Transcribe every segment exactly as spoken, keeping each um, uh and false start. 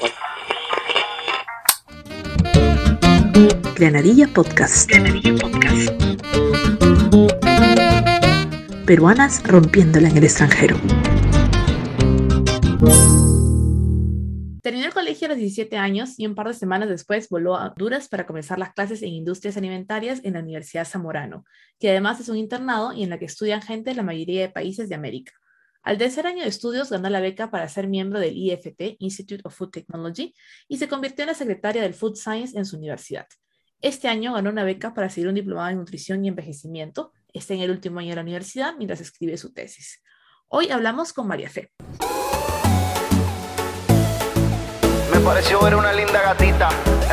Granadilla Podcast. Granadilla Podcast. Peruanas rompiéndola en el extranjero. Terminó el colegio a los diecisiete años y un par de semanas después voló a Honduras para comenzar las clases en industrias alimentarias en la Universidad Zamorano, que además es un internado y en la que estudian gente de la mayoría de países de América. Al tercer año de estudios ganó la beca para ser miembro del I F T, Institute of Food Technology, y se convirtió en la secretaria del Food Science en su universidad. Este año ganó una beca para seguir un diplomado en nutrición y envejecimiento. Está en el último año de la universidad mientras escribe su tesis. Hoy hablamos con María Fe. Me pareció ver una linda gatita.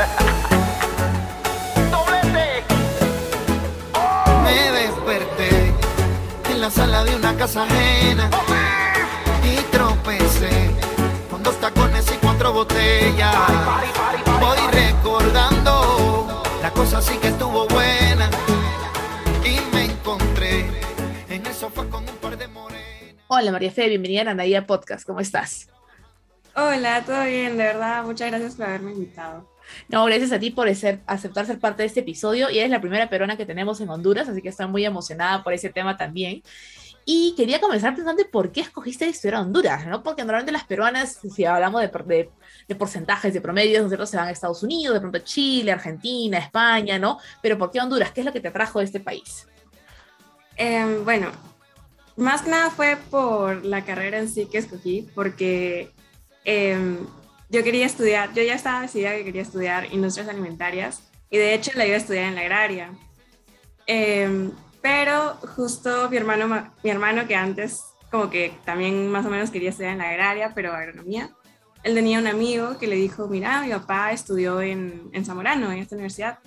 ¡Doblete! ¡Oh! Me desperté en la sala de una casa ajena y tropecé con dos tacones y cuatro botellas. Pari, pari, pari, Voy pari. recordando, la cosa sí que estuvo buena y me encontré en el sofá con un par de morenas. Hola María Fe, bienvenida a Granadilla Podcast. ¿Cómo estás? Hola, todo bien, de verdad, muchas gracias por haberme invitado. No, gracias a ti por ser, aceptar ser parte de este episodio. Y eres la primera peruana que tenemos en Honduras, así que estoy muy emocionada por ese tema también. Y quería comenzar preguntando por qué escogiste estudiar a Honduras, ¿no? Porque normalmente las peruanas, si hablamos de, de, de porcentajes, de promedios, nosotros se van a Estados Unidos, de pronto Chile, Argentina, España, ¿no? Pero ¿por qué Honduras? ¿Qué es lo que te atrajo de este país? Eh, bueno, más que nada fue por la carrera en sí que escogí, porque eh, yo quería estudiar, yo ya estaba decidida que quería estudiar industrias alimentarias, y de hecho la iba a estudiar en la agraria. Eh, pero justo mi hermano, mi hermano que antes como que también más o menos quería estudiar en la agraria, pero agronomía, él tenía un amigo que le dijo, mira, mi papá estudió en, en Zamorano, en esta universidad.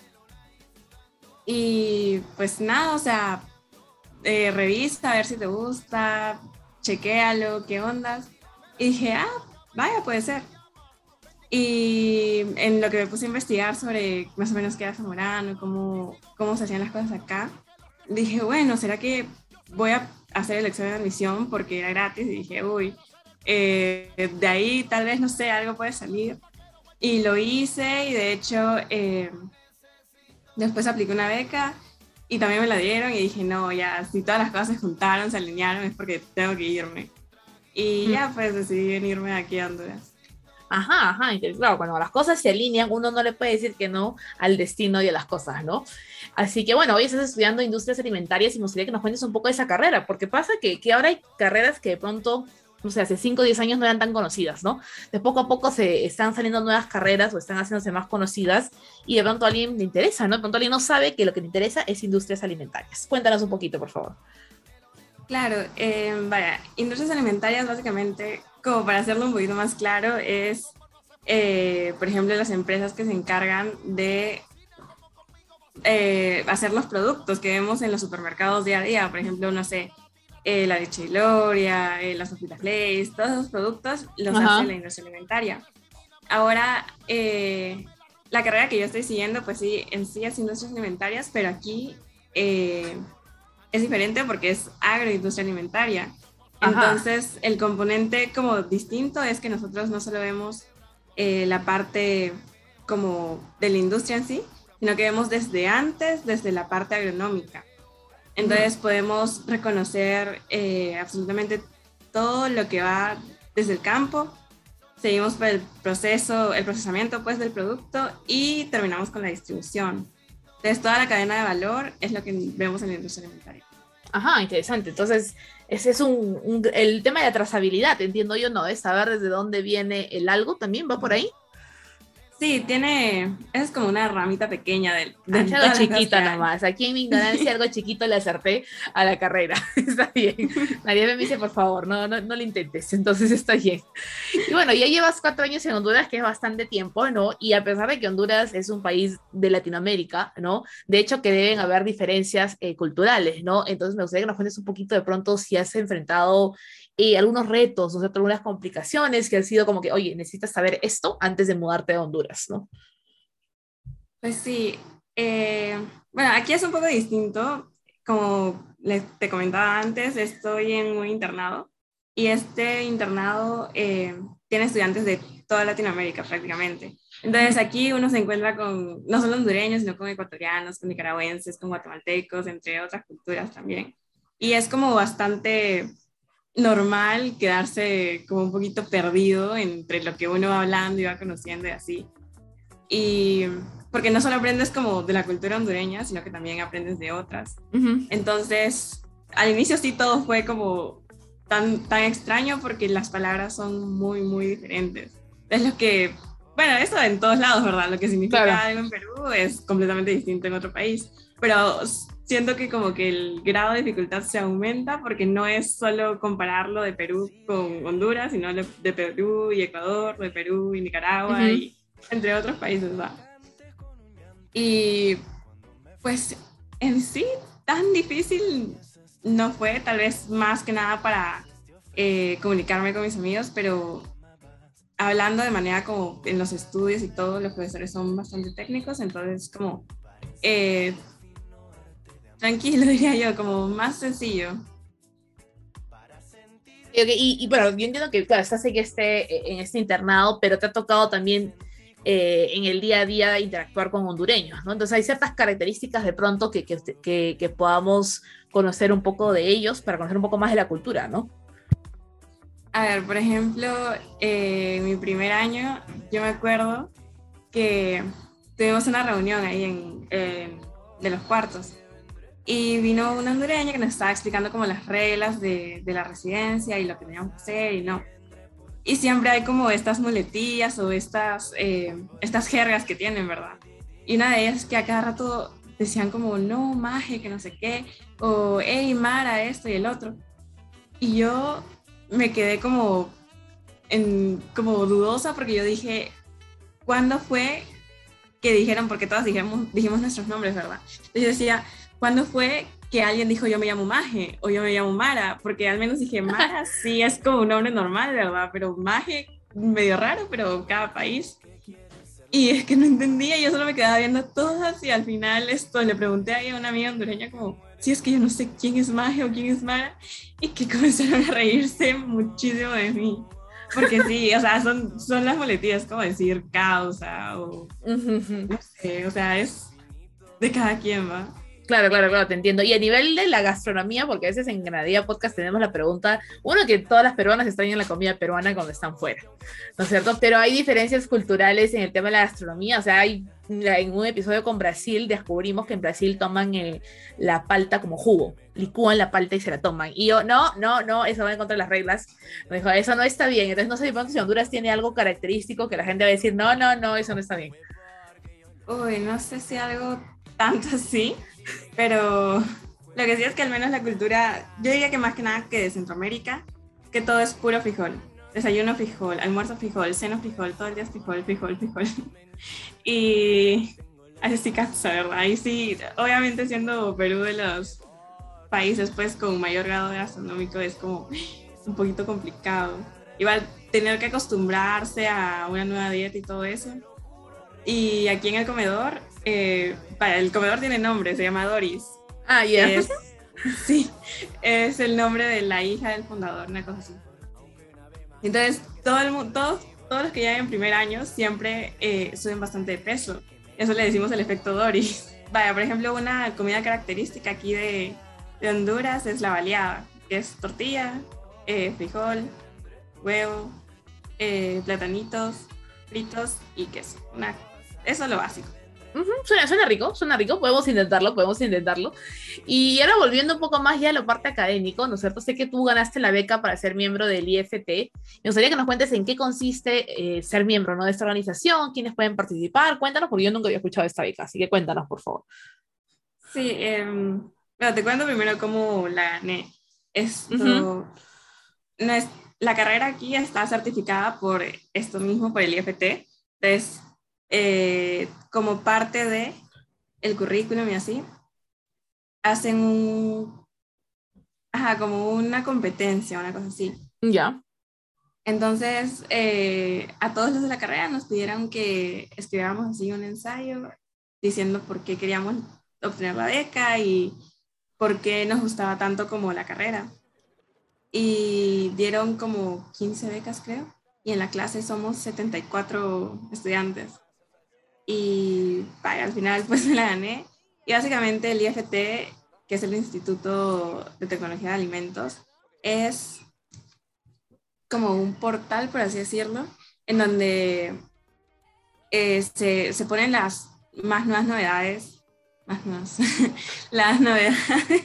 Y pues nada, o sea, eh, revisa a ver si te gusta, chequéalo, qué ondas. Y dije, ah, vaya, puede ser. Y en lo que me puse a investigar sobre más o menos qué era Zamorano, cómo, cómo se hacían las cosas acá, dije, bueno, ¿será que voy a hacer el examen de admisión porque era gratis? Y dije, uy, eh, de ahí tal vez, no sé, algo puede salir. Y lo hice y de hecho eh, después apliqué una beca y también me la dieron y dije, no, ya, si todas las cosas se juntaron, se alinearon, es porque tengo que irme. Y Mm. ya pues decidí venirme aquí a Honduras. Ajá, ajá, y claro, cuando las cosas se alinean, uno no le puede decir que no al destino y a las cosas, ¿no? Así que bueno, hoy estás estudiando industrias alimentarias y me gustaría que nos cuentes un poco de esa carrera, porque pasa que, que ahora hay carreras que de pronto, no sé, hace cinco o diez años no eran tan conocidas, ¿no? De poco a poco se están saliendo nuevas carreras o están haciéndose más conocidas y de pronto a alguien le interesa, ¿no? De pronto alguien no sabe que lo que le interesa es industrias alimentarias. Cuéntanos un poquito, por favor. Claro, eh, vaya, industrias alimentarias básicamente, como para hacerlo un poquito más claro, es, eh, por ejemplo, las empresas que se encargan de eh, hacer los productos que vemos en los supermercados día a día. Por ejemplo, no sé, eh, la leche Gloria, eh, las papitas Lay's, todos esos productos los Ajá. hace la industria alimentaria. Ahora, eh, la carrera que yo estoy siguiendo, pues sí, en sí es industrias alimentarias, pero aquí eh, es diferente porque es agroindustria alimentaria. Ajá. Entonces, el componente como distinto es que nosotros no solo vemos eh, la parte como de la industria en sí, sino que vemos desde antes, desde la parte agronómica. Entonces, podemos reconocer eh, absolutamente todo lo que va desde el campo, seguimos por el proceso, el procesamiento pues, del producto y terminamos con la distribución. Entonces, toda la cadena de valor es lo que vemos en la industria alimentaria. Ajá, interesante. Entonces, ese es un, un- el tema de la trazabilidad, entiendo yo, ¿no? Es saber desde dónde viene el algo, ¿también va por ahí? Sí, tiene, es como una ramita pequeña de, de Ah, es algo todas las cosas chiquito que hay. nomás. Aquí en mi ignorancia, algo chiquito le acerté a la carrera. Está bien. Nadie me dice, por favor, no, no, no lo intentes. Entonces está bien. Y bueno, ya llevas cuatro años en Honduras, que es bastante tiempo, ¿no? Y a pesar de que Honduras es un país de Latinoamérica, ¿no? De hecho, que deben haber diferencias eh, culturales, ¿no? Entonces me gustaría que nos cuentes un poquito de pronto si has enfrentado eh, algunos retos, o sea, algunas complicaciones que han sido como que, oye, necesitas saber esto antes de mudarte a Honduras, ¿no? Pues sí, eh, bueno, aquí es un poco distinto. Como les, te comentaba antes, estoy en un internado y este internado eh, tiene estudiantes de toda Latinoamérica prácticamente. Entonces aquí uno se encuentra con no solo hondureños, sino con ecuatorianos, con nicaragüenses, con guatemaltecos, entre otras culturas también. Y es como bastante normal quedarse como un poquito perdido entre lo que uno va hablando y va conociendo y así. Y porque no solo aprendes como de la cultura hondureña, sino que también aprendes de otras. Uh-huh. Entonces, al inicio sí todo fue como tan, tan extraño porque las palabras son muy, muy diferentes. Es lo que, bueno, eso en todos lados, ¿verdad? Lo que significa Claro. algo en Perú es completamente distinto en otro país. Pero siento que como que el grado de dificultad se aumenta porque no es solo compararlo de Perú con Honduras, sino de, de Perú y Ecuador, de Perú y Nicaragua, Uh-huh. y entre otros países, ¿verdad? Y pues en sí tan difícil no fue, tal vez más que nada para eh, comunicarme con mis amigos, pero hablando de manera como en los estudios y todo, los profesores son bastante técnicos, entonces como eh, tranquilo diría yo, como más sencillo. Okay, y, y bueno, yo entiendo que, claro, estás en este, en este internado, pero te ha tocado también eh, en el día a día interactuar con hondureños, ¿no? Entonces hay ciertas características de pronto que, que, que, que podamos conocer un poco de ellos para conocer un poco más de la cultura, ¿no? A ver, por ejemplo, eh, mi primer año, yo me acuerdo que tuvimos una reunión ahí en, eh, de los cuartos. Y vino una hondureña que nos estaba explicando como las reglas de, de la residencia y lo que teníamos que hacer y no. Y siempre hay como estas muletillas o estas, eh, estas jergas que tienen, ¿verdad? Y una de ellas es que a cada rato decían como, no, maje, que no sé qué, o hey, Mara, esto y el otro. Y yo me quedé como, en, como dudosa porque yo dije, ¿cuándo fue que dijeron, porque todas dijimos, dijimos nuestros nombres, ¿verdad? Entonces yo decía, ¿cuándo fue que alguien dijo yo me llamo Maje o yo me llamo Mara? Porque al menos dije, Mara sí es como un nombre normal, ¿verdad? Pero Maje, medio raro, pero cada país. Y es que no entendía, yo solo me quedaba viendo todas y al final esto le pregunté ahí a una amiga hondureña como, si es que yo no sé quién es Maje o quién es Mara, y que comenzaron a reírse muchísimo de mí. Porque sí, o sea, son, son las muletillas como decir causa o no sé, o sea, es de cada quien, ¿va? Claro, claro, claro, te entiendo. Y a nivel de la gastronomía, porque a veces en Granadilla Podcast tenemos la pregunta, uno, que todas las peruanas extrañan la comida peruana cuando están fuera, ¿no es cierto? Pero hay diferencias culturales en el tema de la gastronomía, o sea, hay, en un episodio con Brasil descubrimos que en Brasil toman eh, la palta como jugo, licúan la palta y se la toman. Y yo, no, no, no, eso va en contra de las reglas. Me dijo, eso no está bien. Entonces no sé de pronto si Honduras tiene algo característico que la gente va a decir, no, no, no, eso no está bien. Uy, no sé si algo tanto así, pero lo que sí es que al menos la cultura, yo diría que más que nada que de Centroamérica, que todo es puro frijol. Desayuno frijol, almuerzo frijol, ceno frijol, todo el día es frijol, frijol, frijol. Y así sí cansa, ¿verdad? Ahí sí, obviamente siendo Perú de los países pues con mayor grado gastronómico es como un poquito complicado. Igual tener que acostumbrarse a una nueva dieta y todo eso. Y aquí en el comedor, eh, para, el comedor tiene nombre, se llama Doris. Ah, ya. Yeah. Sí, es el nombre de la hija del fundador, una cosa así. Entonces, todo el mundo, todos, todos los que llegan en primer año siempre eh, suben bastante de peso. Eso le decimos el efecto Doris. Vaya, por ejemplo, una comida característica aquí de, de Honduras es la baleada, que es tortilla, eh, frijol, huevo, eh, platanitos fritos y queso. Una, eso es lo básico. Uh-huh. Suena, suena rico, suena rico, podemos intentarlo, podemos intentarlo. Y ahora volviendo un poco más ya a la parte académica, ¿no es cierto? Sé que tú ganaste la beca para ser miembro del I F T. Me gustaría que nos cuentes en qué consiste eh, ser miembro, ¿no?, de esta organización, quiénes pueden participar. Cuéntanos, porque yo nunca había escuchado esta beca, así que cuéntanos, por favor. Sí, eh, bueno, te cuento primero cómo la gané. Esto, uh-huh. no es, la carrera aquí está certificada por esto mismo, por el I F T. Entonces, Eh, como parte de el currículum y así, hacen un, ajá, como una competencia, una cosa así. Ya. Yeah. Entonces, eh, a todos los de la carrera nos pidieron que escribiéramos así un ensayo diciendo por qué queríamos obtener la beca y por qué nos gustaba tanto como la carrera. Y dieron como quince becas, creo. y en la clase somos setenta y cuatro estudiantes. Y vaya, al final pues me la gané. Y básicamente el I F T, que es el Instituto de Tecnología de Alimentos, es como un portal, por así decirlo, en donde eh, se, se ponen las más nuevas novedades, más nuevas, las novedades,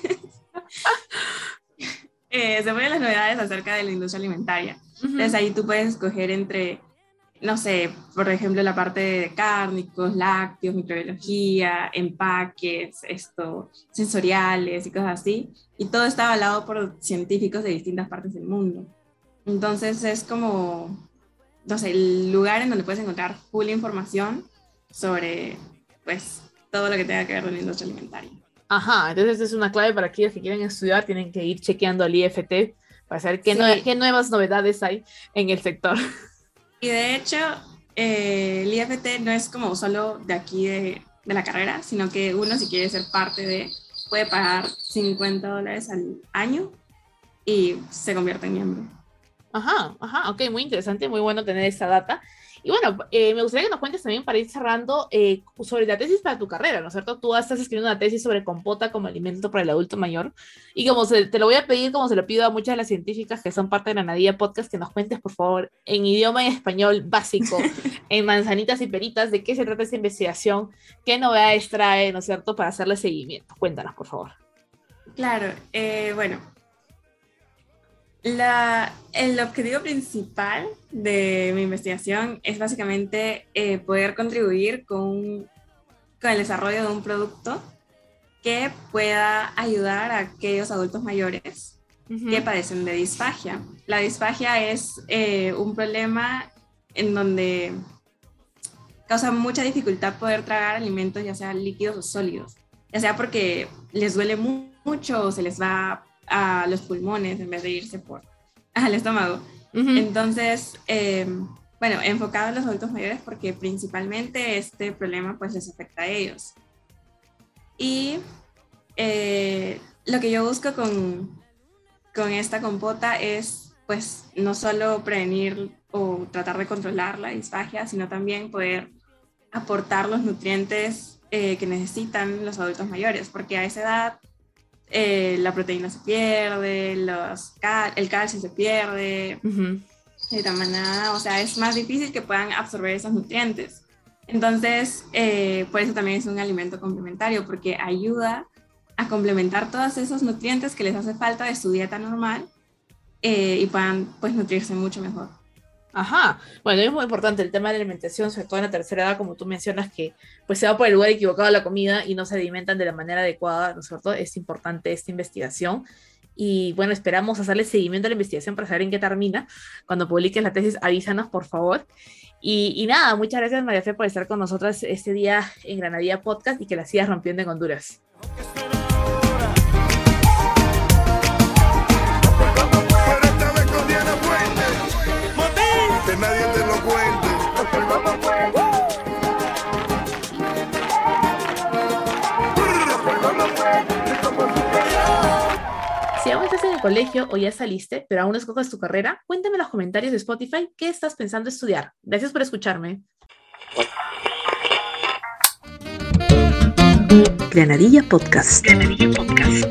eh, se ponen las novedades acerca de la industria alimentaria. Uh-huh. Entonces ahí tú puedes escoger entre, no sé, por ejemplo, la parte de cárnicos, lácteos, microbiología, empaques, esto, sensoriales y cosas así. Y todo está avalado por científicos de distintas partes del mundo. Entonces es como, no sé, el lugar en donde puedes encontrar full información sobre, pues, todo lo que tenga que ver con la industria alimentaria. Ajá, entonces es una clave para aquellos que quieren estudiar, tienen que ir chequeando al I F T para saber qué, sí. nue- qué nuevas novedades hay en el sector. Y de hecho, eh, el I F T no es como solo de aquí de, de la carrera, sino que uno, si quiere ser parte de, puede pagar cincuenta dólares al año y se convierte en miembro. Ajá, ajá, ok, muy interesante, muy bueno tener esta data. Y bueno, eh, me gustaría que nos cuentes también para ir cerrando eh, sobre la tesis para tu carrera, ¿no es cierto? Tú estás escribiendo una tesis sobre compota como alimento para el adulto mayor, y como se, te lo voy a pedir, como se lo pido a muchas de las científicas que son parte de Granadilla Podcast, que nos cuentes, por favor, en idioma en español básico, en manzanitas y peritas, de qué se trata esta investigación, qué novedades trae, ¿no es cierto?, para hacerle seguimiento. Cuéntanos, por favor. Claro, eh, bueno, La, el objetivo principal de mi investigación es básicamente eh, poder contribuir con, con el desarrollo de un producto que pueda ayudar a aquellos adultos mayores uh-huh. que padecen de disfagia. La disfagia es eh, un problema en donde causa mucha dificultad poder tragar alimentos, ya sea líquidos o sólidos, ya sea porque les duele mu- mucho o se les va a los pulmones en vez de irse por al estómago. Uh-huh. Entonces, eh, bueno, enfocado en los adultos mayores porque principalmente este problema pues les afecta a ellos. Y eh, lo que yo busco con, con esta compota es pues no solo prevenir o tratar de controlar la disfagia, sino también poder aportar los nutrientes eh, que necesitan los adultos mayores, porque a esa edad Eh, la proteína se pierde, los cal- el calcio se pierde, uh-huh. de tal manera, o sea, es más difícil que puedan absorber esos nutrientes. Entonces, eh, por eso también es un alimento complementario, porque ayuda a complementar todos esos nutrientes que les hace falta de su dieta normal eh, y puedan, pues, nutrirse mucho mejor. Ajá, bueno, es muy importante el tema de la alimentación, sobre todo en la tercera edad, como tú mencionas, que pues se va por el lugar equivocado la comida y no se alimentan de la manera adecuada, ¿no es cierto? Es importante esta investigación y bueno, esperamos hacerle seguimiento a la investigación para saber en qué termina. Cuando publiques la tesis, avísanos, por favor. Y, y nada, muchas gracias, María Fe, por estar con nosotras este día en Granadilla Podcast y que la sigas rompiendo en Honduras. Que nadie te lo cuente. Si aún estás en el colegio o ya saliste, pero aún no escoges tu carrera, cuéntame en los comentarios de Spotify qué estás pensando estudiar. Gracias por escucharme. Granadilla Podcast. Granadilla Podcast.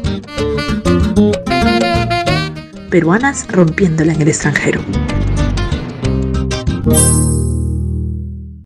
Peruanas rompiéndola en el extranjero. Thank you.